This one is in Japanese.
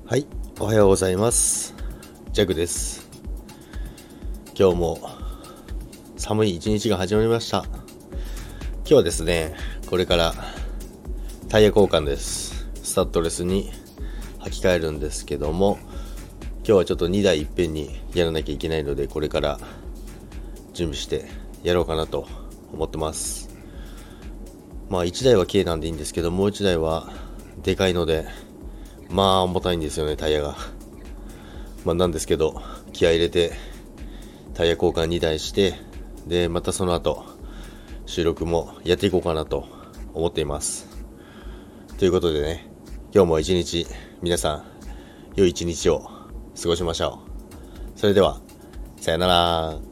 はい、おはようございます。ジャグです。今日も寒い一日が始まりました。今日はですね、これからタイヤ交換です。スタッドレスに履き替えるんですけども、今日はちょっと2台いっぺんにやらなきゃいけないので、これから準備してやろうかなと思ってます。1台は軽なんでいいんですけど、もう1台はでかいので、重たいんですよね、タイヤが。なんですけど、気合い入れてタイヤ交換2台して、でまたその後収録もやっていこうかなと思っています。ということでね、今日も一日皆さん良い一日を過ごしましょう。それではさよなら。